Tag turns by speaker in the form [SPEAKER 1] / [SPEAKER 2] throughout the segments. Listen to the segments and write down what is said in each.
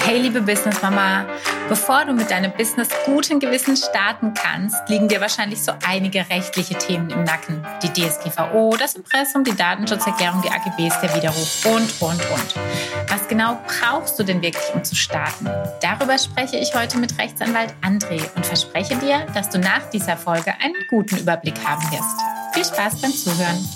[SPEAKER 1] Hey liebe Business Mama, bevor du mit deinem Business guten Gewissens starten kannst, liegen dir wahrscheinlich so einige rechtliche Themen im Nacken. Die DSGVO, das Impressum, die Datenschutzerklärung, die AGBs, der Widerruf und. Was genau brauchst du denn wirklich, um zu starten? Darüber spreche ich heute mit Rechtsanwalt André und verspreche dir, dass du nach dieser Folge einen guten Überblick haben wirst. Viel Spaß beim Zuhören.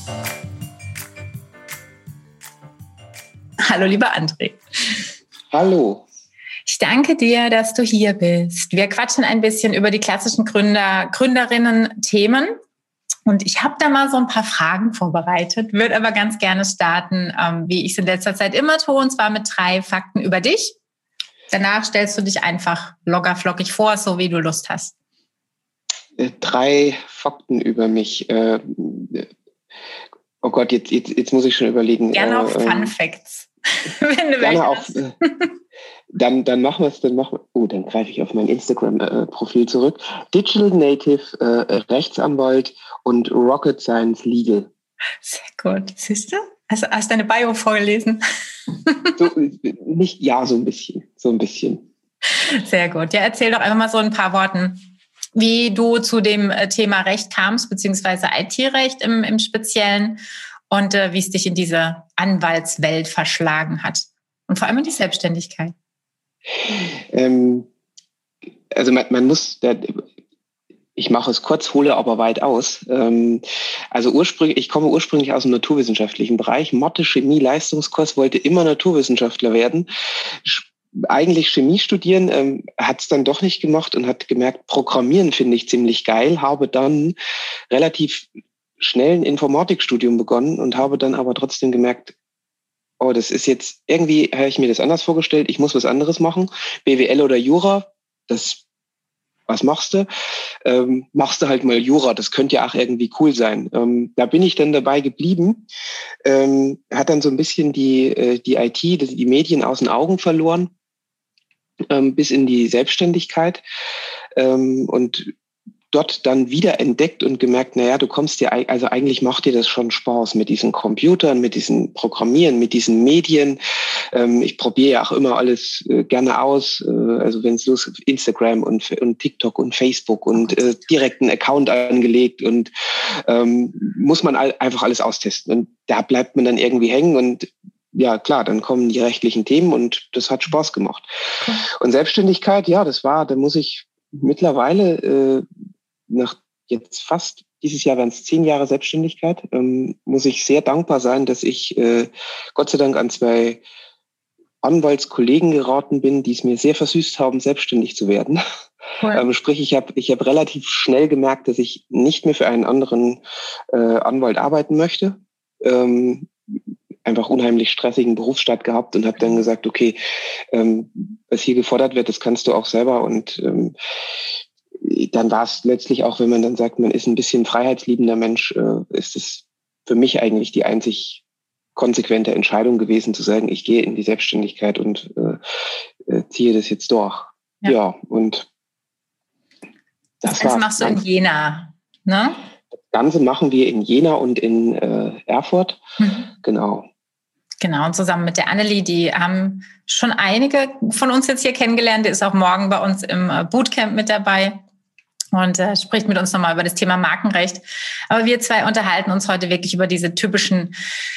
[SPEAKER 1] Hallo lieber André.
[SPEAKER 2] Hallo.
[SPEAKER 1] Ich danke dir, dass du hier bist. Wir quatschen ein bisschen über die klassischen Gründerinnen-Themen. Und ich habe da mal so ein paar Fragen vorbereitet, würde aber ganz gerne starten, wie ich es in letzter Zeit immer tue, und zwar mit 3 Fakten über dich. Danach stellst du dich einfach lockerflockig vor, so wie du Lust hast.
[SPEAKER 2] 3 Fakten über mich. Oh Gott, jetzt muss ich schon überlegen.
[SPEAKER 1] Gerne auch Fun Facts. Wenn du
[SPEAKER 2] gerne auch. Dann machen wir es. Dann greife ich auf mein Instagram-Profil zurück. Digital Native, Rechtsanwalt und Rocket Science Legal.
[SPEAKER 1] Sehr gut. Siehst du? Hast du deine Bio vorgelesen?
[SPEAKER 2] So ein bisschen. Sehr gut.
[SPEAKER 1] Ja, erzähl doch einfach mal so ein paar Worten, wie du zu dem Thema Recht kamst, beziehungsweise IT-Recht im Speziellen und wie es dich in diese Anwaltswelt verschlagen hat. Und vor allem in die Selbstständigkeit.
[SPEAKER 2] Also man muss, ich mache es kurz, hole aber weit aus. Also ich komme ursprünglich aus dem naturwissenschaftlichen Bereich. Mathe, Chemie, Leistungskurs, wollte immer Naturwissenschaftler werden. Eigentlich Chemie studieren, hat es dann doch nicht gemacht und hat gemerkt, Programmieren finde ich ziemlich geil. Habe dann relativ schnell ein Informatikstudium begonnen und habe dann aber trotzdem gemerkt, oh, das ist jetzt, irgendwie habe ich mir das anders vorgestellt, ich muss was anderes machen. BWL oder Jura, was machst du? Machst du halt mal Jura, das könnte ja auch irgendwie cool sein. Da bin ich dann dabei geblieben, hat dann so ein bisschen die IT, die Medien aus den Augen verloren, bis in die Selbstständigkeit und dort dann wieder entdeckt und gemerkt, du kommst dir, also eigentlich macht dir das schon Spaß mit diesen Computern, mit diesen Programmieren, mit diesen Medien. Ich probiere ja auch immer alles gerne aus. Also wenn es los Instagram und TikTok und Facebook und direkt einen Account angelegt und muss man einfach alles austesten. Und da bleibt man dann irgendwie hängen und ja, klar, dann kommen die rechtlichen Themen und das hat Spaß gemacht. Okay. Und Selbstständigkeit, ja, da muss ich mittlerweile nach jetzt fast, dieses Jahr werden es 10 Jahre Selbstständigkeit, muss ich sehr dankbar sein, dass ich Gott sei Dank an 2 Anwaltskollegen geraten bin, die es mir sehr versüßt haben, selbstständig zu werden. Cool. Sprich, ich hab relativ schnell gemerkt, dass ich nicht mehr für einen anderen Anwalt arbeiten möchte. Einfach unheimlich stressigen Berufsstart gehabt und habe dann gesagt, okay, was hier gefordert wird, das kannst du auch selber. Und dann war es letztlich auch, wenn man dann sagt, man ist ein bisschen freiheitsliebender Mensch, ist es für mich eigentlich die einzig konsequente Entscheidung gewesen, zu sagen, ich gehe in die Selbstständigkeit und ziehe das jetzt durch. Ja, und
[SPEAKER 1] das Ganze machst du in Jena, ne?
[SPEAKER 2] Das Ganze machen wir in Jena und in Erfurt. Genau.
[SPEAKER 1] Genau, und zusammen mit der Annelie, die haben schon einige von uns jetzt hier kennengelernt. Die ist auch morgen bei uns im Bootcamp mit dabei und spricht mit uns nochmal über das Thema Markenrecht. Aber wir 2 unterhalten uns heute wirklich über diese typischen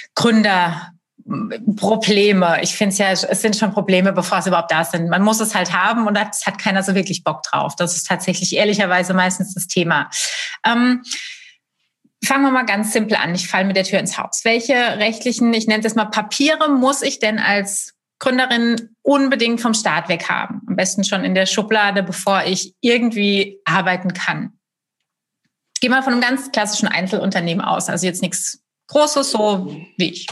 [SPEAKER 1] Gründerprobleme. Ich finde es sind schon Probleme, bevor es überhaupt da sind. Man muss es halt haben und da hat keiner so wirklich Bock drauf. Das ist tatsächlich ehrlicherweise meistens das Thema. Fangen wir mal ganz simpel an. Ich falle mit der Tür ins Haus. Welche rechtlichen, ich nenne es jetzt mal Papiere, muss ich denn als Gründerin unbedingt vom Start weg haben? Am besten schon in der Schublade, bevor ich irgendwie arbeiten kann. Geh mal von einem ganz klassischen Einzelunternehmen aus. Also jetzt nichts Großes, so wie ich.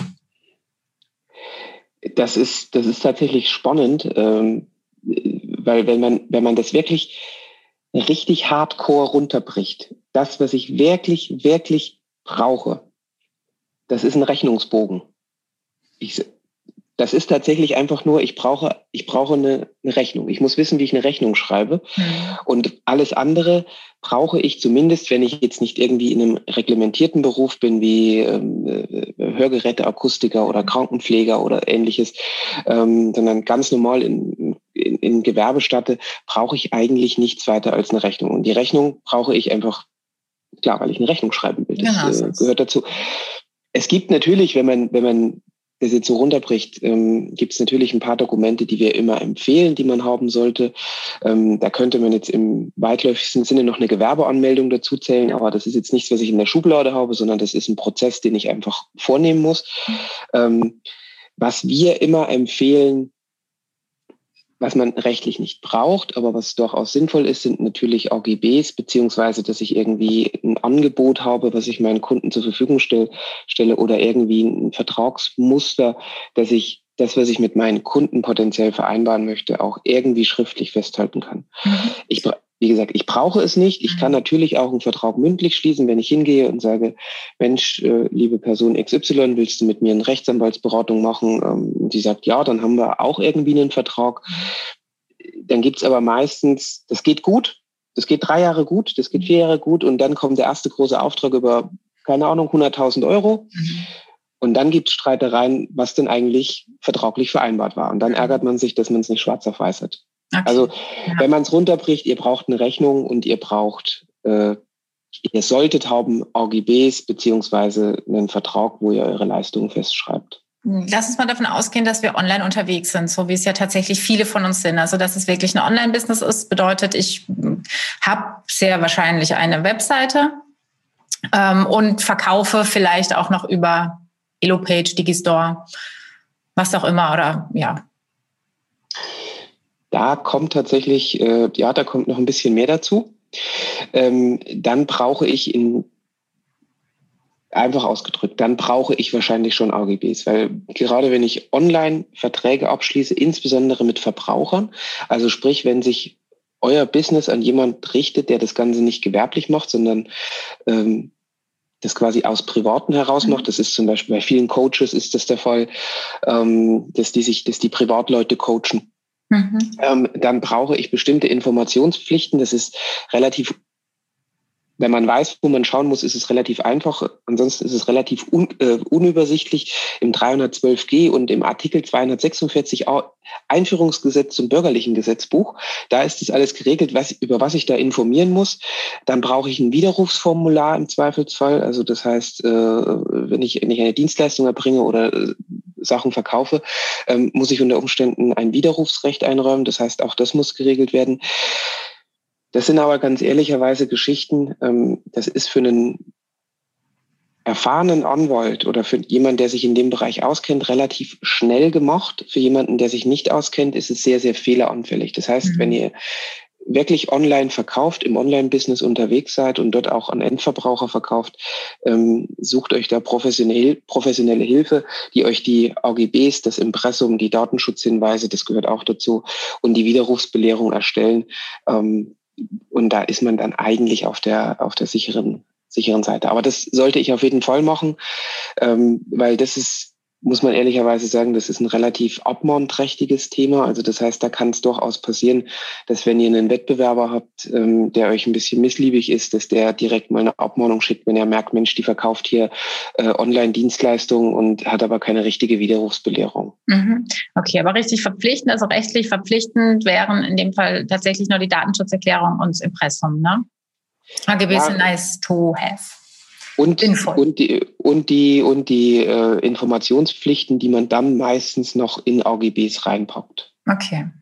[SPEAKER 2] Das ist tatsächlich spannend, weil wenn man das wirklich richtig hardcore runterbricht, das, was ich wirklich, wirklich brauche, das ist ein Rechnungsbogen. Das ist tatsächlich einfach nur, ich brauche eine Rechnung. Ich muss wissen, wie ich eine Rechnung schreibe. Und alles andere brauche ich zumindest, wenn ich jetzt nicht irgendwie in einem reglementierten Beruf bin, wie Hörgeräteakustiker oder Krankenpfleger oder ähnliches, sondern ganz normal in in Gewerbe starte, brauche ich eigentlich nichts weiter als eine Rechnung. Und die Rechnung brauche ich einfach, klar, weil ich eine Rechnung schreiben will. Das gehört dazu. Es gibt natürlich, wenn man das jetzt so runterbricht, gibt es natürlich ein paar Dokumente, die wir immer empfehlen, die man haben sollte. Da könnte man jetzt im weitläufigsten Sinne noch eine Gewerbeanmeldung dazu zählen, aber das ist jetzt nichts, was ich in der Schublade habe, sondern das ist ein Prozess, den ich einfach vornehmen muss. Was wir immer empfehlen, was man rechtlich nicht braucht, aber was durchaus sinnvoll ist, sind natürlich AGBs, beziehungsweise, dass ich irgendwie ein Angebot habe, was ich meinen Kunden zur Verfügung stelle oder irgendwie ein Vertragsmuster, dass ich das, was ich mit meinen Kunden potenziell vereinbaren möchte, auch irgendwie schriftlich festhalten kann. Wie gesagt, ich brauche es nicht. Ich kann natürlich auch einen Vertrag mündlich schließen, wenn ich hingehe und sage, Mensch, liebe Person XY, willst du mit mir eine Rechtsanwaltsberatung machen? Und die sagt, ja, dann haben wir auch irgendwie einen Vertrag. Dann gibt's aber meistens, das geht gut, das geht 3 Jahre gut, das geht 4 Jahre gut und dann kommt der erste große Auftrag über, keine Ahnung, 100.000 Euro. Und dann gibt's Streitereien, was denn eigentlich vertraglich vereinbart war. Und dann ärgert man sich, dass man es nicht schwarz auf weiß hat. Okay. Also wenn man es runterbricht, ihr braucht eine Rechnung und ihr solltet haben AGBs beziehungsweise einen Vertrag, wo ihr eure Leistungen festschreibt.
[SPEAKER 1] Lass uns mal davon ausgehen, dass wir online unterwegs sind, so wie es ja tatsächlich viele von uns sind. Also dass es wirklich ein Online-Business ist, bedeutet, ich habe sehr wahrscheinlich eine Webseite und verkaufe vielleicht auch noch über Elopage, Digistore, was auch immer, oder ja.
[SPEAKER 2] Da kommt tatsächlich, da kommt noch ein bisschen mehr dazu. Dann brauche ich einfach ausgedrückt, dann brauche ich wahrscheinlich schon AGBs, weil gerade wenn ich online Verträge abschließe, insbesondere mit Verbrauchern, also sprich, wenn sich euer Business an jemand richtet, der das Ganze nicht gewerblich macht, sondern das quasi aus Privaten heraus macht. Das ist zum Beispiel bei vielen Coaches ist das der Fall, dass die Privatleute coachen. Dann brauche ich bestimmte Informationspflichten. Das ist relativ, wenn man weiß, wo man schauen muss, ist es relativ einfach. Ansonsten ist es relativ unübersichtlich. Im 312G und im Artikel 246 Einführungsgesetz zum bürgerlichen Gesetzbuch, da ist das alles geregelt, über was ich da informieren muss. Dann brauche ich ein Widerrufsformular im Zweifelsfall. Also das heißt, wenn ich eine Dienstleistung erbringe oder Sachen verkaufe, muss ich unter Umständen ein Widerrufsrecht einräumen. Das heißt, auch das muss geregelt werden. Das sind aber ganz ehrlicherweise Geschichten, das ist für einen erfahrenen Anwalt oder für jemanden, der sich in dem Bereich auskennt, relativ schnell gemacht. Für jemanden, der sich nicht auskennt, ist es sehr, sehr fehleranfällig. Das heißt, wenn ihr wirklich online verkauft, im Online-Business unterwegs seid und dort auch an Endverbraucher verkauft, sucht euch da professionelle Hilfe, die euch die AGBs, das Impressum, die Datenschutzhinweise, das gehört auch dazu, und die Widerrufsbelehrung erstellen. Und da ist man dann eigentlich auf der sicheren Seite. Aber das sollte ich auf jeden Fall machen, weil das ist, muss man ehrlicherweise sagen, das ist ein relativ abmahnträchtiges Thema. Also das heißt, da kann es durchaus passieren, dass wenn ihr einen Wettbewerber habt, der euch ein bisschen missliebig ist, dass der direkt mal eine Abmahnung schickt, wenn er merkt, Mensch, die verkauft hier Online-Dienstleistungen und hat aber keine richtige Widerrufsbelehrung.
[SPEAKER 1] Okay, aber richtig verpflichtend, also rechtlich verpflichtend wären in dem Fall tatsächlich nur die Datenschutzerklärung und das Impressum, ne? AGBs sind nice to have.
[SPEAKER 2] Und die Informationspflichten, die man dann meistens noch in AGBs reinpackt.
[SPEAKER 1] Okay.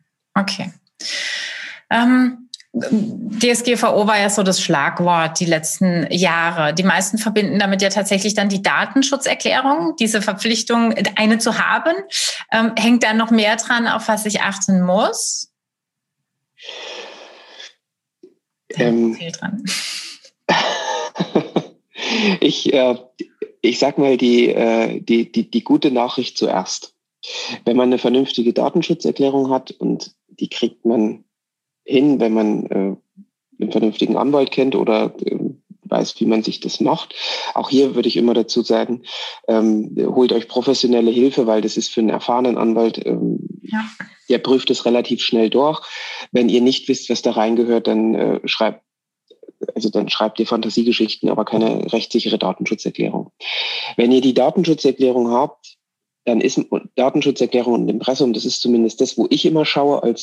[SPEAKER 1] DSGVO war ja so das Schlagwort die letzten Jahre. Die meisten verbinden damit ja tatsächlich dann die Datenschutzerklärung, diese Verpflichtung, eine zu haben. Hängt da noch mehr dran, auf was ich achten muss? Viel dran.
[SPEAKER 2] Ich sag mal die gute Nachricht zuerst. Wenn man eine vernünftige Datenschutzerklärung hat, und die kriegt man hin, wenn man einen vernünftigen Anwalt kennt oder weiß, wie man sich das macht. Auch hier würde ich immer dazu sagen, holt euch professionelle Hilfe, weil das ist für einen erfahrenen Anwalt, der prüft es relativ schnell durch. Wenn ihr nicht wisst, was da reingehört, dann schreibt ihr Fantasiegeschichten, aber keine rechtssichere Datenschutzerklärung. Wenn ihr die Datenschutzerklärung habt, dann ist Datenschutzerklärung und Impressum, das ist zumindest das, wo ich immer schaue als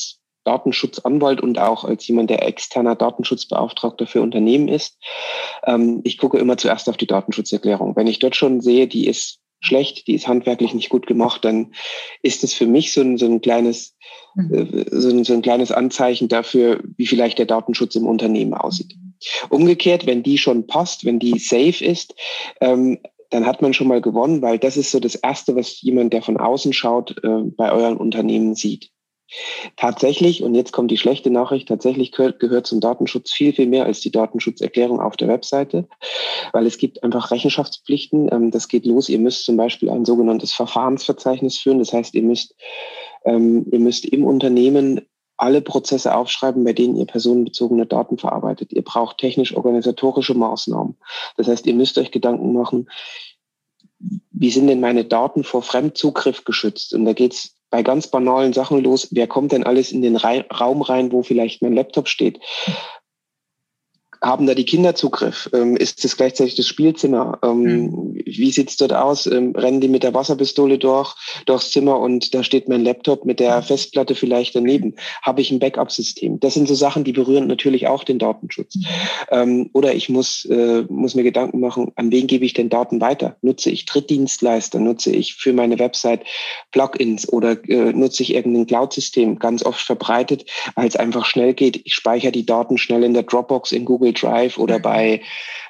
[SPEAKER 2] Datenschutzanwalt und auch als jemand, der externer Datenschutzbeauftragter für Unternehmen ist. Ich gucke immer zuerst auf die Datenschutzerklärung. Wenn ich dort schon sehe, die ist schlecht, die ist handwerklich nicht gut gemacht, dann ist es für mich so ein kleines Anzeichen dafür, wie vielleicht der Datenschutz im Unternehmen aussieht. Umgekehrt, wenn die schon passt, wenn die safe ist, dann hat man schon mal gewonnen, weil das ist so das Erste, was jemand, der von außen schaut, bei euren Unternehmen sieht. Tatsächlich, und jetzt kommt die schlechte Nachricht, tatsächlich gehört zum Datenschutz viel, viel mehr als die Datenschutzerklärung auf der Webseite, weil es gibt einfach Rechenschaftspflichten. Das geht los. Ihr müsst zum Beispiel ein sogenanntes Verfahrensverzeichnis führen. Das heißt, ihr müsst im Unternehmen alle Prozesse aufschreiben, bei denen ihr personenbezogene Daten verarbeitet. Ihr braucht technisch-organisatorische Maßnahmen. Das heißt, ihr müsst euch Gedanken machen, wie sind denn meine Daten vor Fremdzugriff geschützt? Und da geht's bei ganz banalen Sachen los. Wer kommt denn alles in den Raum rein, wo vielleicht mein Laptop steht? Haben da die Kinder Zugriff? Ist das gleichzeitig das Spielzimmer? Wie sieht's dort aus? Rennen die mit der Wasserpistole durchs Zimmer und da steht mein Laptop mit der Festplatte vielleicht daneben? Habe ich ein Backup-System? Das sind so Sachen, die berühren natürlich auch den Datenschutz. Oder ich muss mir Gedanken machen, an wen gebe ich denn Daten weiter? Nutze ich Drittdienstleister? Nutze ich für meine Website Plugins oder nutze ich irgendein Cloud-System? Ganz oft verbreitet, weil es einfach schnell geht. Ich speichere die Daten schnell in der Dropbox, in Google Drive oder bei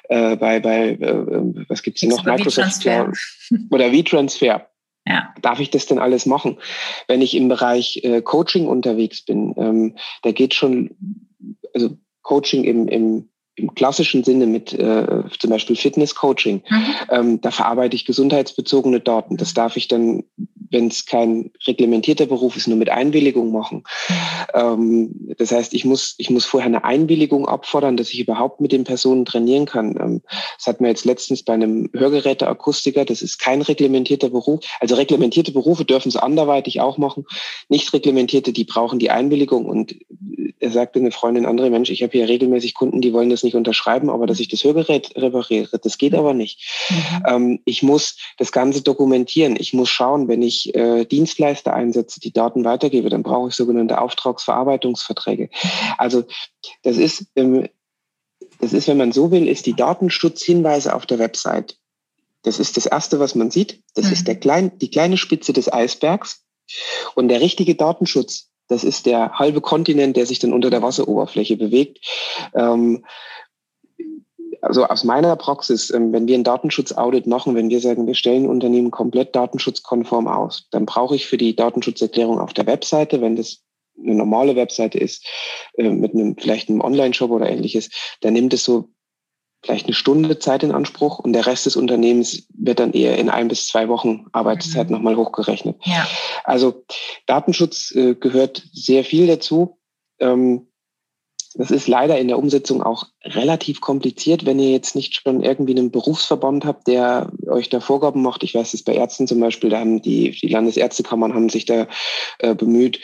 [SPEAKER 2] was gibt's denn noch? Microsoft Cloud oder vTransfer.
[SPEAKER 1] Ja.
[SPEAKER 2] Darf ich das denn alles machen? Wenn ich im Bereich Coaching unterwegs bin, da geht schon, also Coaching im klassischen Sinne mit zum Beispiel Fitness-Coaching, da verarbeite ich gesundheitsbezogene Daten. Das darf ich dann, wenn es kein reglementierter Beruf ist, nur mit Einwilligung machen. Das heißt, ich muss vorher eine Einwilligung abfordern, dass ich überhaupt mit den Personen trainieren kann. Das hatten wir jetzt letztens bei einem Hörgeräteakustiker. Das ist kein reglementierter Beruf. Also reglementierte Berufe dürfen es anderweitig auch machen. Nicht reglementierte, die brauchen die Einwilligung. Und er sagte eine Freundin, andere Mensch, ich habe hier regelmäßig Kunden, die wollen das nicht unterschreiben, aber dass ich das Hörgerät repariere, das geht aber nicht. Ich muss das Ganze dokumentieren. Ich muss schauen, wenn ich Dienstleister einsetze, die Daten weitergebe, dann brauche ich sogenannte Auftragsverarbeitungsverträge. Also das ist, wenn man so will, ist die Datenschutzhinweise auf der Website. Das ist das Erste, was man sieht. Das ist die kleine Spitze des Eisbergs. Und der richtige Datenschutz, das ist der halbe Kontinent, der sich dann unter der Wasseroberfläche bewegt. Also aus meiner Praxis, wenn wir ein Datenschutzaudit machen, wenn wir sagen, wir stellen Unternehmen komplett datenschutzkonform aus, dann brauche ich für die Datenschutzerklärung auf der Webseite, wenn das eine normale Webseite ist, mit vielleicht einem Online-Shop oder ähnliches, dann nimmt es so vielleicht eine Stunde Zeit in Anspruch und der Rest des Unternehmens wird dann eher in 1 bis 2 Wochen Arbeitszeit nochmal hochgerechnet. Ja. Also Datenschutz gehört sehr viel dazu. Das ist leider in der Umsetzung auch relativ kompliziert, wenn ihr jetzt nicht schon irgendwie einen Berufsverband habt, der euch da Vorgaben macht. Ich weiß es bei Ärzten zum Beispiel, da haben die Landesärztekammern haben sich da bemüht.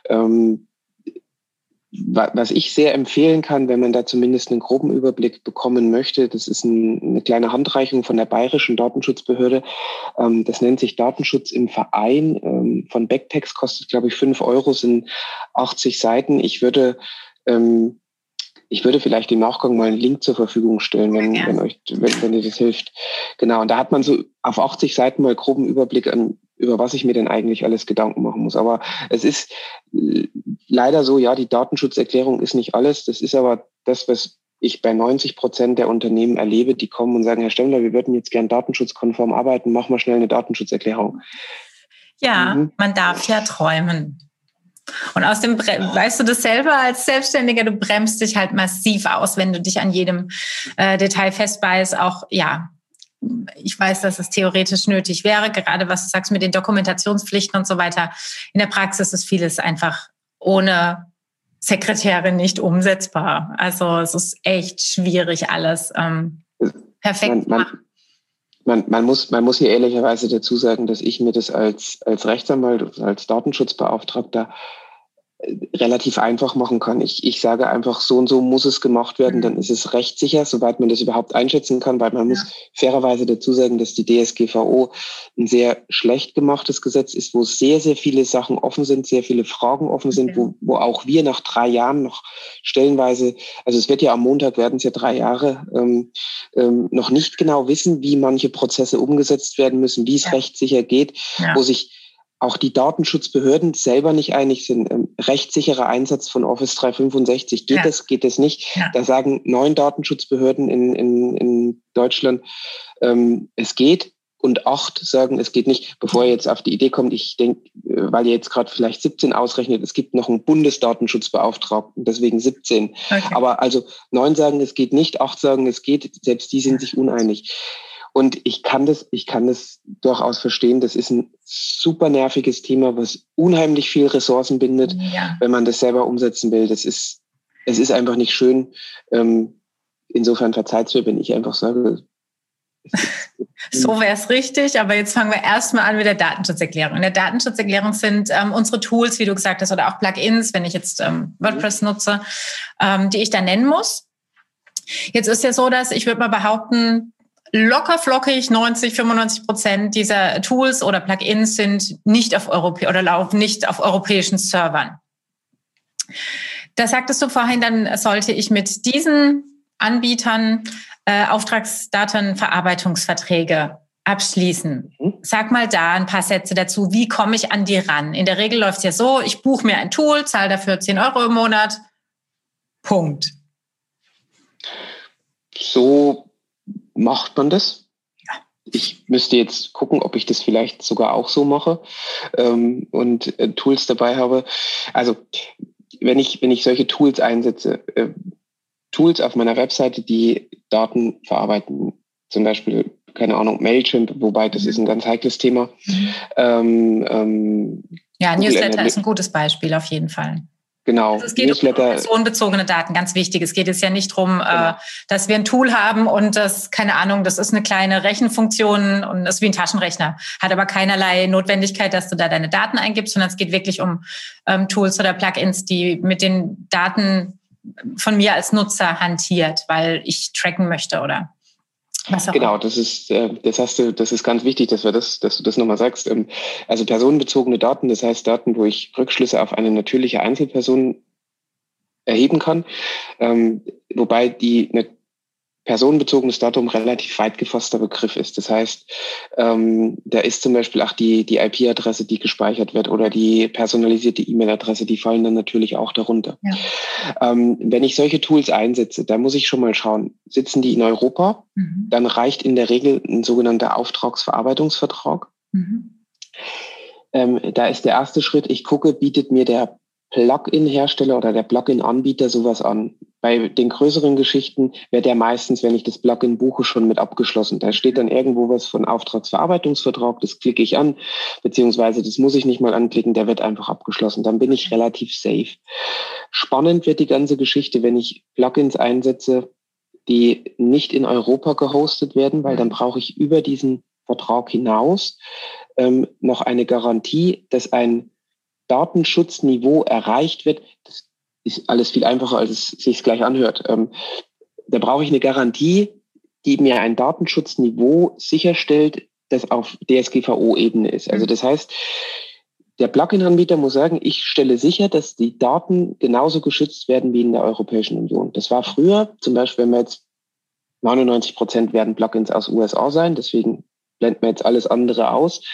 [SPEAKER 2] Was ich sehr empfehlen kann, wenn man da zumindest einen groben Überblick bekommen möchte, das ist eine kleine Handreichung von der Bayerischen Datenschutzbehörde. Das nennt sich Datenschutz im Verein. Von Backtext kostet, glaube ich, 5 €, sind 80 Seiten. Ich würde vielleicht im Nachgang mal einen Link zur Verfügung stellen, wenn dir das hilft. Genau, und da hat man so auf 80 Seiten mal groben Überblick über was ich mir denn eigentlich alles Gedanken machen muss. Aber es ist leider so, ja, die Datenschutzerklärung ist nicht alles. Das ist aber das, was ich bei 90% der Unternehmen erlebe, die kommen und sagen, Herr Stemmler, wir würden jetzt gern datenschutzkonform arbeiten, mach mal schnell eine Datenschutzerklärung.
[SPEAKER 1] Ja, man darf ja träumen. Und weißt du das selber als Selbstständiger, du bremst dich halt massiv aus, wenn du dich an jedem Detail festbeißt. Auch, ja, ich weiß, dass es theoretisch nötig wäre, gerade was du sagst mit den Dokumentationspflichten und so weiter. In der Praxis ist vieles einfach ohne Sekretärin nicht umsetzbar. Also es ist echt schwierig, alles perfekt zu machen.
[SPEAKER 2] Man muss hier ehrlicherweise dazu sagen, dass ich mir das als Rechtsanwalt, als Datenschutzbeauftragter relativ einfach machen kann. Ich sage einfach, so und so muss es gemacht werden, dann ist es rechtssicher, soweit man das überhaupt einschätzen kann, weil man muss fairerweise dazu sagen, dass die DSGVO ein sehr schlecht gemachtes Gesetz ist, wo sehr, sehr viele Sachen offen sind, sehr viele Fragen offen sind, wo auch wir nach 3 Jahren noch stellenweise, also es wird ja am Montag, werden es ja 3 Jahre, noch nicht genau wissen, wie manche Prozesse umgesetzt werden müssen, wie es rechtssicher geht, wo sich auch die Datenschutzbehörden selber nicht einig sind. Rechtssicherer Einsatz von Office 365, geht das nicht? Ja. Da sagen 9 Datenschutzbehörden in Deutschland, es geht, und 8 sagen, es geht nicht. Bevor ihr jetzt auf die Idee kommt, ich denke, weil ihr jetzt gerade vielleicht 17 ausrechnet, es gibt noch einen Bundesdatenschutzbeauftragten, deswegen 17. Okay. Aber also 9 sagen, es geht nicht, 8 sagen, es geht, selbst die sind sich uneinig. Und ich kann das durchaus verstehen. Das ist ein super nerviges Thema, was unheimlich viel Ressourcen bindet, wenn man das selber umsetzen will. Es ist einfach nicht schön. Insofern verzeiht's mir, wenn ich einfach sage,
[SPEAKER 1] so wäre es richtig, aber jetzt fangen wir erstmal an mit der Datenschutzerklärung. In der Datenschutzerklärung sind unsere Tools, wie du gesagt hast, oder auch Plugins, wenn ich jetzt WordPress nutze, die ich dann nennen muss. Jetzt ist ja so, dass ich würde mal behaupten, locker flockig 95% dieser Tools oder Plugins sind nicht auf laufen nicht auf europäischen Servern. Da sagtest du vorhin, dann sollte ich mit diesen Anbietern Auftragsdatenverarbeitungsverträge abschließen. Sag mal da ein paar Sätze dazu. Wie komme ich an die ran? In der Regel läuft es ja so, ich buche mir ein Tool, zahle dafür 10 € im Monat. Punkt.
[SPEAKER 2] So macht man das? Ja. Ich müsste jetzt gucken, ob ich das vielleicht sogar auch so mache und Tools dabei habe. Also wenn ich solche Tools einsetze, Tools auf meiner Webseite, die Daten verarbeiten, zum Beispiel, keine Ahnung, Mailchimp, wobei das ist ein ganz heikles Thema.
[SPEAKER 1] Newsletter ist ein gutes Beispiel auf jeden Fall.
[SPEAKER 2] Genau.
[SPEAKER 1] Also es geht um personenbezogene Daten, ganz wichtig. Es geht jetzt ja nicht darum, dass wir ein Tool haben und das, keine Ahnung, das ist eine kleine Rechenfunktion und das ist wie ein Taschenrechner. Hat aber keinerlei Notwendigkeit, dass du da deine Daten eingibst, sondern es geht wirklich um Tools oder Plugins, die mit den Daten von mir als Nutzer hantiert, weil ich tracken möchte oder was auch
[SPEAKER 2] immer. Das ist ganz wichtig, dass du das nochmal sagst. Also personenbezogene Daten, das heißt Daten, wo ich Rückschlüsse auf eine natürliche Einzelperson erheben kann, wobei eine personenbezogenes Datum relativ weit gefasster Begriff ist. Das heißt, da ist zum Beispiel auch die IP-Adresse, die gespeichert wird, oder die personalisierte E-Mail-Adresse, die fallen dann natürlich auch darunter. Ja. Wenn ich solche Tools einsetze, da muss ich schon mal schauen, sitzen die in Europa? Dann reicht in der Regel ein sogenannter Auftragsverarbeitungsvertrag. Da ist der erste Schritt, ich gucke, bietet mir der Plugin-Hersteller oder der Plugin-Anbieter sowas an. Bei den größeren Geschichten wird der meistens, wenn ich das Plugin buche, schon mit abgeschlossen. Da steht dann irgendwo was von Auftragsverarbeitungsvertrag, das klicke ich an, beziehungsweise das muss ich nicht mal anklicken, der wird einfach abgeschlossen. Dann bin ich relativ safe. Spannend wird die ganze Geschichte, wenn ich Plugins einsetze, die nicht in Europa gehostet werden, weil dann brauche ich über diesen Vertrag hinaus noch eine Garantie, dass ein Datenschutzniveau erreicht wird. Das ist alles viel einfacher, als es sich gleich anhört. Da brauche ich eine Garantie, die mir ein Datenschutzniveau sicherstellt, das auf DSGVO-Ebene ist. Also das heißt, der Plugin-Anbieter muss sagen, ich stelle sicher, dass die Daten genauso geschützt werden wie in der Europäischen Union. Das war früher, zum Beispiel, wenn wir jetzt 99% werden Plugins aus USA sein, deswegen blenden wir jetzt alles andere aus.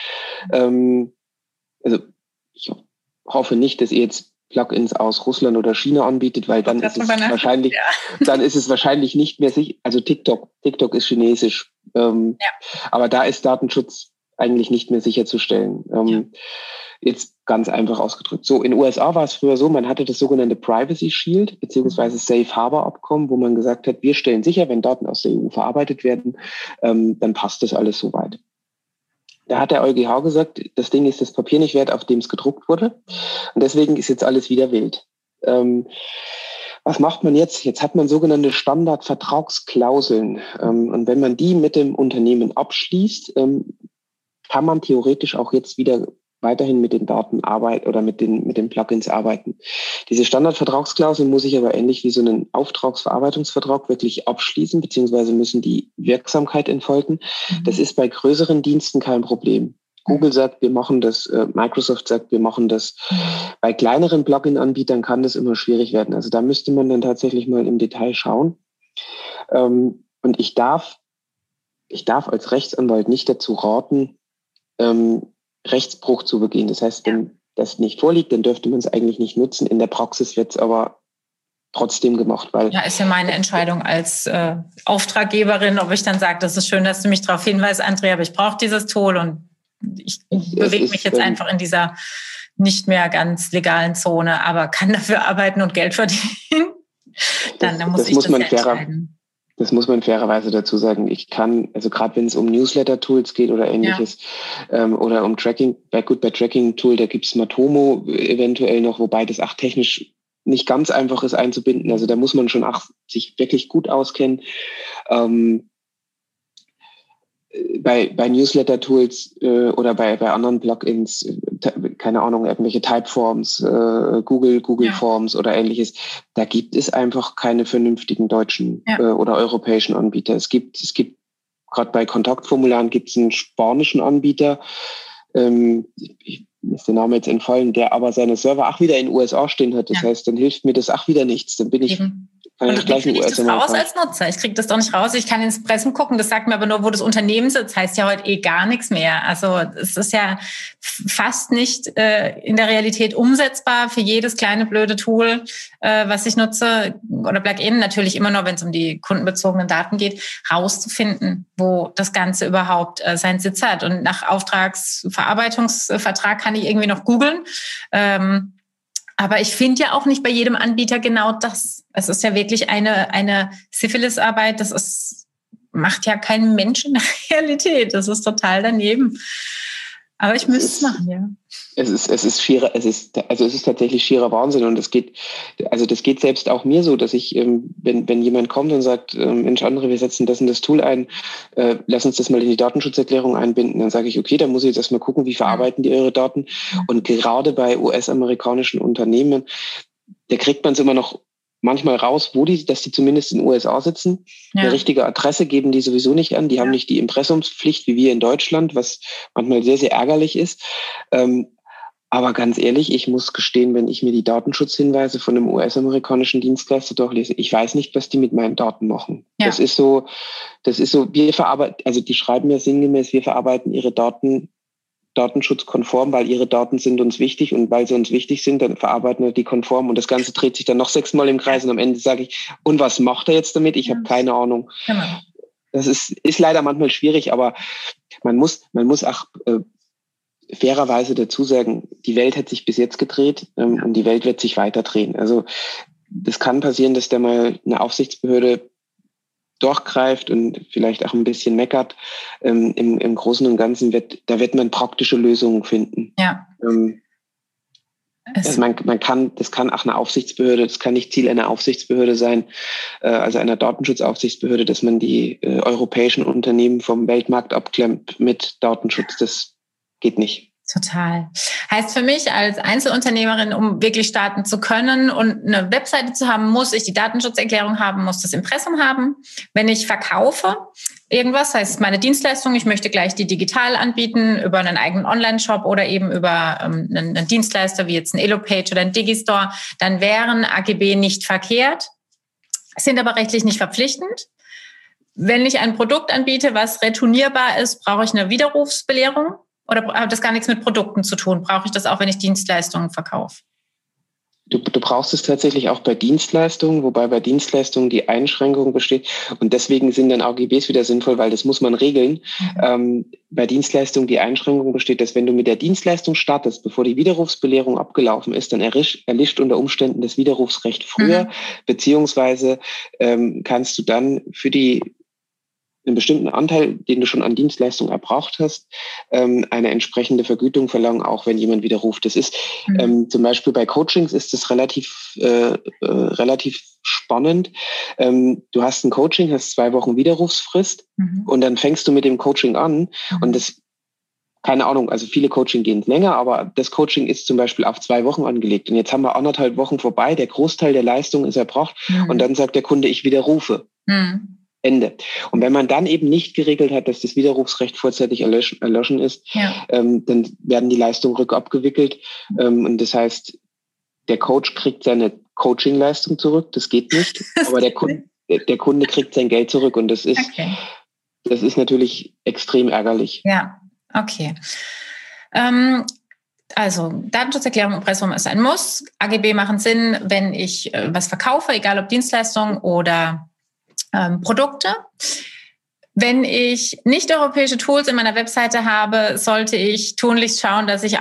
[SPEAKER 2] Also ich hoffe nicht, dass ihr jetzt Plugins aus Russland oder China anbietet, weil dann ist es wahrscheinlich nicht mehr sicher. Also TikTok ist chinesisch, aber da ist Datenschutz eigentlich nicht mehr sicherzustellen. Jetzt ganz einfach ausgedrückt. So, in den USA war es früher so, man hatte das sogenannte Privacy Shield beziehungsweise Safe Harbor Abkommen, wo man gesagt hat, wir stellen sicher, wenn Daten aus der EU verarbeitet werden, dann passt das alles soweit. Da hat der EuGH gesagt, das Ding ist das Papier nicht wert, auf dem es gedruckt wurde. Und deswegen ist jetzt alles wieder wild. Was macht man jetzt? Jetzt hat man sogenannte Standardvertragsklauseln. Und wenn man die mit dem Unternehmen abschließt, kann man theoretisch auch jetzt wieder weiterhin mit den Daten arbeiten oder mit den Plugins arbeiten. Diese Standardvertragsklausel muss ich aber ähnlich wie so einen Auftragsverarbeitungsvertrag wirklich abschließen, beziehungsweise müssen die Wirksamkeit entfalten. Das ist bei größeren Diensten kein Problem. Google sagt, wir machen das, Microsoft sagt, wir machen das. Bei kleineren Plugin-Anbietern kann das immer schwierig werden. Also da müsste man dann tatsächlich mal im Detail schauen. Und ich darf als Rechtsanwalt nicht dazu raten, Rechtsbruch zu begehen. Das heißt, wenn das nicht vorliegt, dann dürfte man es eigentlich nicht nutzen. In der Praxis wird es aber trotzdem gemacht. Weil
[SPEAKER 1] ja, ist ja meine Entscheidung als Auftraggeberin, ob ich dann sage, das ist schön, dass du mich darauf hinweist, Andrea, aber ich brauche dieses Tool und ich bewege mich jetzt einfach in dieser nicht mehr ganz legalen Zone, aber kann dafür arbeiten und Geld verdienen. Dann muss ich das ja entscheiden.
[SPEAKER 2] Das muss man fairerweise dazu sagen. Ich kann, also gerade wenn es um Newsletter-Tools geht oder ähnliches, oder um Tracking, bei Tracking-Tool, da gibt's Matomo eventuell noch, wobei das auch technisch nicht ganz einfach ist einzubinden. Also da muss man schon auch sich wirklich gut auskennen. Bei Newsletter-Tools oder bei anderen Plugins, keine Ahnung, irgendwelche Typeforms, Google Forms oder ähnliches, da gibt es einfach keine vernünftigen deutschen oder europäischen Anbieter. Es gibt gerade bei Kontaktformularen gibt es einen spanischen Anbieter, ist der Name jetzt entfallen, der aber seine Server auch wieder in den USA stehen hat. Das heißt, dann hilft mir das auch wieder nichts. Dann bin ich
[SPEAKER 1] und wie kriege ich das raus als Nutzer? Ich kriege das doch nicht raus. Ich kann ins Impressum gucken, das sagt mir aber nur, wo das Unternehmen sitzt. Heißt ja heute gar nichts mehr. Also es ist ja fast nicht in der Realität umsetzbar für jedes kleine blöde Tool, was ich nutze, oder Plugin, natürlich immer nur, wenn es um die kundenbezogenen Daten geht, rauszufinden, wo das Ganze überhaupt seinen Sitz hat. Und nach Auftragsverarbeitungsvertrag kann ich irgendwie noch googeln. Aber ich finde ja auch nicht bei jedem Anbieter genau das. Es ist ja wirklich eine Syphilis-Arbeit. Macht ja kein Mensch in der Realität. Das ist total daneben. Aber ich müsste es machen, ja.
[SPEAKER 2] Es ist tatsächlich schierer Wahnsinn und das geht selbst auch mir so, dass ich, wenn jemand kommt und sagt, Mensch, André, wir setzen das und das Tool ein, lass uns das mal in die Datenschutzerklärung einbinden, dann sage ich, okay, dann muss ich jetzt erstmal gucken, wie verarbeiten die ihre Daten. Und gerade bei US-amerikanischen Unternehmen, da kriegt man es immer noch manchmal raus, dass die zumindest in den USA sitzen. Ja. Eine richtige Adresse geben die sowieso nicht an. Die haben nicht die Impressumspflicht wie wir in Deutschland, was manchmal sehr, sehr ärgerlich ist. Aber ganz ehrlich, ich muss gestehen, wenn ich mir die Datenschutzhinweise von einem US-amerikanischen Dienstleister durchlese, ich weiß nicht, was die mit meinen Daten machen. Ja. Das ist so, wir verarbeiten, also die schreiben ja sinngemäß, wir verarbeiten ihre Daten datenschutzkonform, weil ihre Daten sind uns wichtig und weil sie uns wichtig sind, dann verarbeiten wir die konform und das Ganze dreht sich dann noch 6-mal im Kreis und am Ende sage ich, und was macht er jetzt damit? Ich habe keine Ahnung. Genau. Das ist leider manchmal schwierig, aber man muss auch fairerweise dazu sagen, die Welt hat sich bis jetzt gedreht und die Welt wird sich weiter drehen. Also das kann passieren, dass da mal eine Aufsichtsbehörde durchgreift und vielleicht auch ein bisschen meckert. Im Großen und Ganzen wird man praktische Lösungen finden. Ja. Also das kann auch eine Aufsichtsbehörde, das kann nicht Ziel einer Aufsichtsbehörde sein, also einer Datenschutzaufsichtsbehörde, dass man die europäischen Unternehmen vom Weltmarkt abklemmt mit Datenschutz. Das geht nicht.
[SPEAKER 1] Total. Heißt für mich als Einzelunternehmerin, um wirklich starten zu können und eine Webseite zu haben, muss ich die Datenschutzerklärung haben, muss das Impressum haben. Wenn ich verkaufe irgendwas, heißt meine Dienstleistung, ich möchte gleich die digital anbieten über einen eigenen Online-Shop oder eben über einen Dienstleister wie jetzt ein Elopage oder ein Digistore, dann wären AGB nicht verkehrt, sind aber rechtlich nicht verpflichtend. Wenn ich ein Produkt anbiete, was retournierbar ist, brauche ich eine Widerrufsbelehrung. Oder hat das gar nichts mit Produkten zu tun? Brauche ich das auch, wenn ich Dienstleistungen verkaufe?
[SPEAKER 2] Du brauchst es tatsächlich auch bei Dienstleistungen, wobei bei Dienstleistungen die Einschränkung besteht. Und deswegen sind dann AGBs wieder sinnvoll, weil das muss man regeln. Bei Dienstleistungen die Einschränkung besteht, dass wenn du mit der Dienstleistung startest, bevor die Widerrufsbelehrung abgelaufen ist, dann erlischt unter Umständen das Widerrufsrecht früher, beziehungsweise kannst du dann für einen bestimmten Anteil, den du schon an Dienstleistung erbracht hast, eine entsprechende Vergütung verlangen, auch wenn jemand widerruft. Das ist zum Beispiel bei Coachings ist das relativ spannend. Du hast ein Coaching, hast 2 Wochen Widerrufsfrist und dann fängst du mit dem Coaching an und das keine Ahnung, also viele Coaching gehen länger, aber das Coaching ist zum Beispiel auf 2 Wochen angelegt. Und jetzt haben wir 1,5 Wochen vorbei, der Großteil der Leistung ist erbracht und dann sagt der Kunde, ich widerrufe. Ende. Und wenn man dann eben nicht geregelt hat, dass das Widerrufsrecht vorzeitig erloschen ist, dann werden die Leistungen rückabgewickelt. Und das heißt, der Coach kriegt seine Coaching-Leistung zurück, das geht nicht, aber der Kunde kriegt sein Geld zurück und das ist natürlich extrem ärgerlich.
[SPEAKER 1] Ja, okay. Also Datenschutzerklärung im Impressum ist ein Muss. AGB machen Sinn, wenn ich was verkaufe, egal ob Dienstleistungen oder Produkte. Wenn ich nicht europäische Tools in meiner Webseite habe, sollte ich tunlichst schauen, dass ich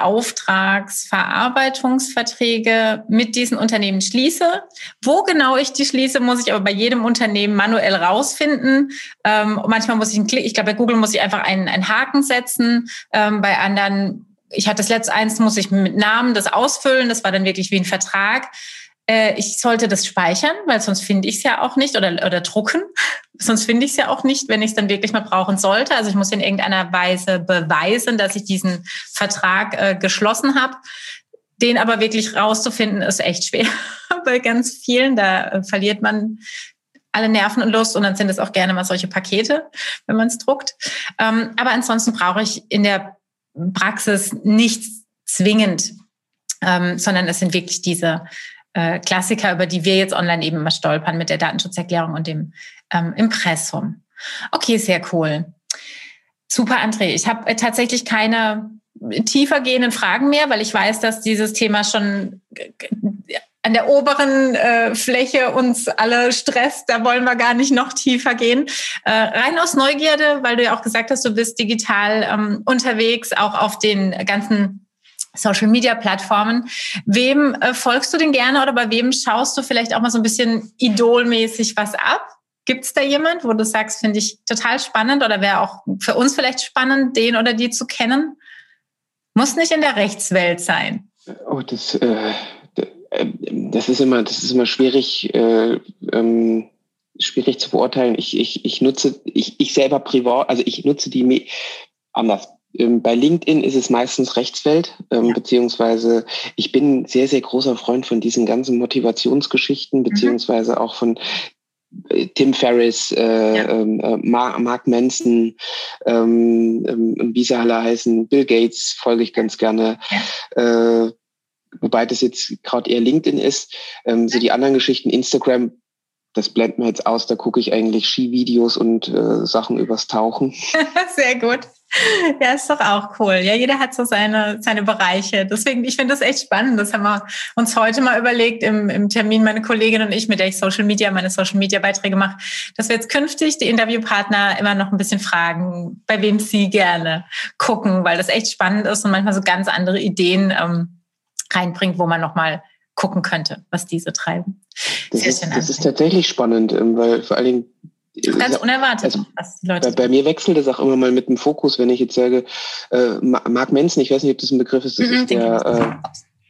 [SPEAKER 1] Auftragsverarbeitungsverträge mit diesen Unternehmen schließe. Wo genau ich die schließe, muss ich aber bei jedem Unternehmen manuell rausfinden. Manchmal muss ich glaube, bei Google muss ich einfach einen Haken setzen. Bei anderen, ich hatte das letzte eins, muss ich mit Namen das ausfüllen. Das war dann wirklich wie ein Vertrag. Ich sollte das speichern, weil sonst finde ich es ja auch nicht oder drucken. Sonst finde ich es ja auch nicht, wenn ich es dann wirklich mal brauchen sollte. Also ich muss in irgendeiner Weise beweisen, dass ich diesen Vertrag geschlossen habe. Den aber wirklich rauszufinden, ist echt schwer bei ganz vielen. Da verliert man alle Nerven und Lust und dann sind es auch gerne mal solche Pakete, wenn man es druckt. Aber ansonsten brauche ich in der Praxis nichts zwingend, sondern es sind wirklich diese Klassiker, über die wir jetzt online eben mal stolpern mit der Datenschutzerklärung und dem Impressum. Okay, sehr cool. Super, André. Ich habe tatsächlich keine tiefer gehenden Fragen mehr, weil ich weiß, dass dieses Thema schon an der oberen Fläche uns alle stresst. Da wollen wir gar nicht noch tiefer gehen. Rein aus Neugierde, weil du ja auch gesagt hast, du bist digital unterwegs, auch auf den ganzen Social-Media-Plattformen. Wem folgst du denn gerne oder bei wem schaust du vielleicht auch mal so ein bisschen idolmäßig was ab? Gibt es da jemand, wo du sagst, finde ich total spannend oder wäre auch für uns vielleicht spannend, den oder die zu kennen? Muss nicht in der Rechtswelt sein.
[SPEAKER 2] Oh, das ist immer schwierig, schwierig zu beurteilen. Ich nutze selber privat, also ich nutze die anders. Bei LinkedIn ist es meistens Rechtswelt, beziehungsweise ich bin sehr, sehr großer Freund von diesen ganzen Motivationsgeschichten, beziehungsweise auch von Tim Ferriss, Mark Manson, wie sie alle heißen, Bill Gates folge ich ganz gerne, wobei das jetzt gerade eher LinkedIn ist. So die anderen Geschichten, Instagram, das blenden wir jetzt aus, da gucke ich eigentlich Skivideos und Sachen übers Tauchen.
[SPEAKER 1] Sehr gut. Ja, ist doch auch cool. Ja, jeder hat so seine Bereiche. Deswegen, ich finde das echt spannend. Das haben wir uns heute mal überlegt im Termin, meine Kollegin und ich, mit der ich meine Social-Media-Beiträge mache, dass wir jetzt künftig die Interviewpartner immer noch ein bisschen fragen, bei wem sie gerne gucken, weil das echt spannend ist und manchmal so ganz andere Ideen reinbringt, wo man nochmal gucken könnte, was diese treiben.
[SPEAKER 2] Das ist tatsächlich spannend, weil vor allen Dingen
[SPEAKER 1] ganz unerwartet,
[SPEAKER 2] also,
[SPEAKER 1] was die Leute
[SPEAKER 2] bei mir wechselt das auch immer mal mit dem Fokus, wenn ich jetzt sage, Mark Manson, ich weiß nicht, ob das ein Begriff ist, das ist der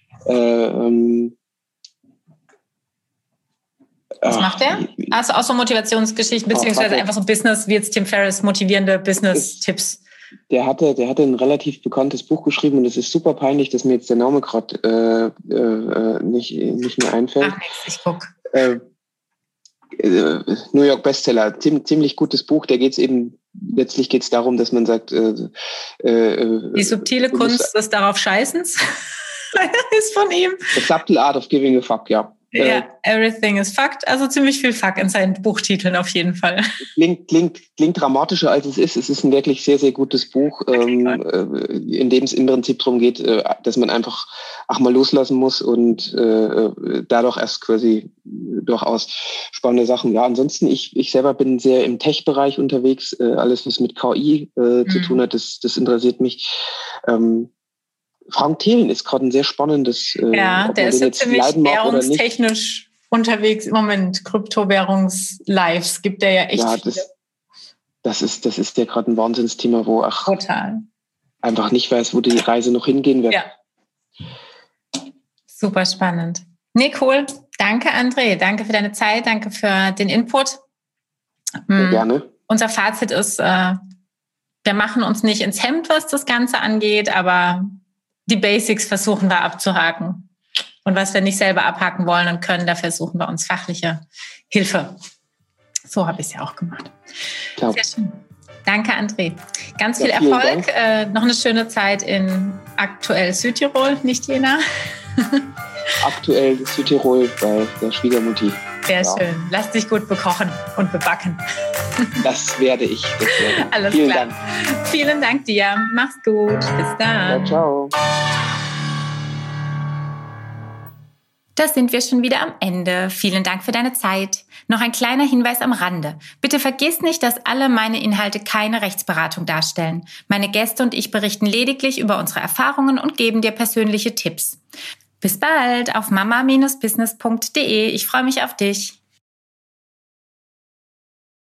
[SPEAKER 1] was macht der? Also auch so Motivationsgeschichten, beziehungsweise einfach so Business, wie jetzt Tim Ferriss, motivierende Business-Tipps.
[SPEAKER 2] Der hatte ein relativ bekanntes Buch geschrieben und es ist super peinlich, dass mir jetzt der Name gerade nicht mehr einfällt.
[SPEAKER 1] Ach, nichts, ich guck.
[SPEAKER 2] New York Bestseller, ziemlich gutes Buch. Letztlich geht es darum, dass man sagt,
[SPEAKER 1] die subtile Kunst des darauf Scheißens ist von ihm.
[SPEAKER 2] The Subtle Art of Giving a Fuck, ja.
[SPEAKER 1] Ja, everything is fucked. Also ziemlich viel Fuck in seinen Buchtiteln auf jeden Fall.
[SPEAKER 2] Klingt dramatischer, als es ist. Es ist ein wirklich sehr, sehr gutes Buch, in dem es im Prinzip darum geht, dass man einfach auch mal loslassen muss und dadurch erst quasi durchaus spannende Sachen. Ja, ansonsten, ich selber bin sehr im Tech-Bereich unterwegs. Alles, was mit KI zu tun hat, das interessiert mich. Frank Thelen ist gerade ein sehr spannendes.
[SPEAKER 1] Ja, der ist ja ziemlich währungstechnisch unterwegs im Moment. Kryptowährungs-Lives gibt er ja echt viele.
[SPEAKER 2] Das ist ja gerade ein Wahnsinnsthema, wo
[SPEAKER 1] total
[SPEAKER 2] einfach nicht weiß, wo die Reise noch hingehen wird.
[SPEAKER 1] Ja. Super spannend. Nee, cool. Danke, André. Danke für deine Zeit. Danke für den Input.
[SPEAKER 2] Sehr gerne.
[SPEAKER 1] Unser Fazit ist, Wir machen uns nicht ins Hemd, was das Ganze angeht, aber die Basics versuchen wir abzuhaken. Und was wir nicht selber abhaken wollen und können, da versuchen wir uns fachliche Hilfe. So habe ich es ja auch gemacht.
[SPEAKER 2] Klar.
[SPEAKER 1] Sehr schön. Danke, André. Ganz viel Erfolg. Noch eine schöne Zeit in aktuell Südtirol, nicht Jena.
[SPEAKER 2] Aktuell Südtirol bei der Schwiegermutti.
[SPEAKER 1] Sehr schön. Lass dich gut bekochen und bebacken.
[SPEAKER 2] Das werde ich.
[SPEAKER 1] Alles
[SPEAKER 2] Vielen
[SPEAKER 1] klar.
[SPEAKER 2] Dank.
[SPEAKER 1] Vielen Dank dir. Mach's gut. Bis dann.
[SPEAKER 2] Ja, ciao.
[SPEAKER 1] Da sind wir schon wieder am Ende. Vielen Dank für deine Zeit. Noch ein kleiner Hinweis am Rande. Bitte vergiss nicht, dass alle meine Inhalte keine Rechtsberatung darstellen. Meine Gäste und ich berichten lediglich über unsere Erfahrungen und geben dir persönliche Tipps. Bis bald auf mama-business.de. Ich freue mich auf dich.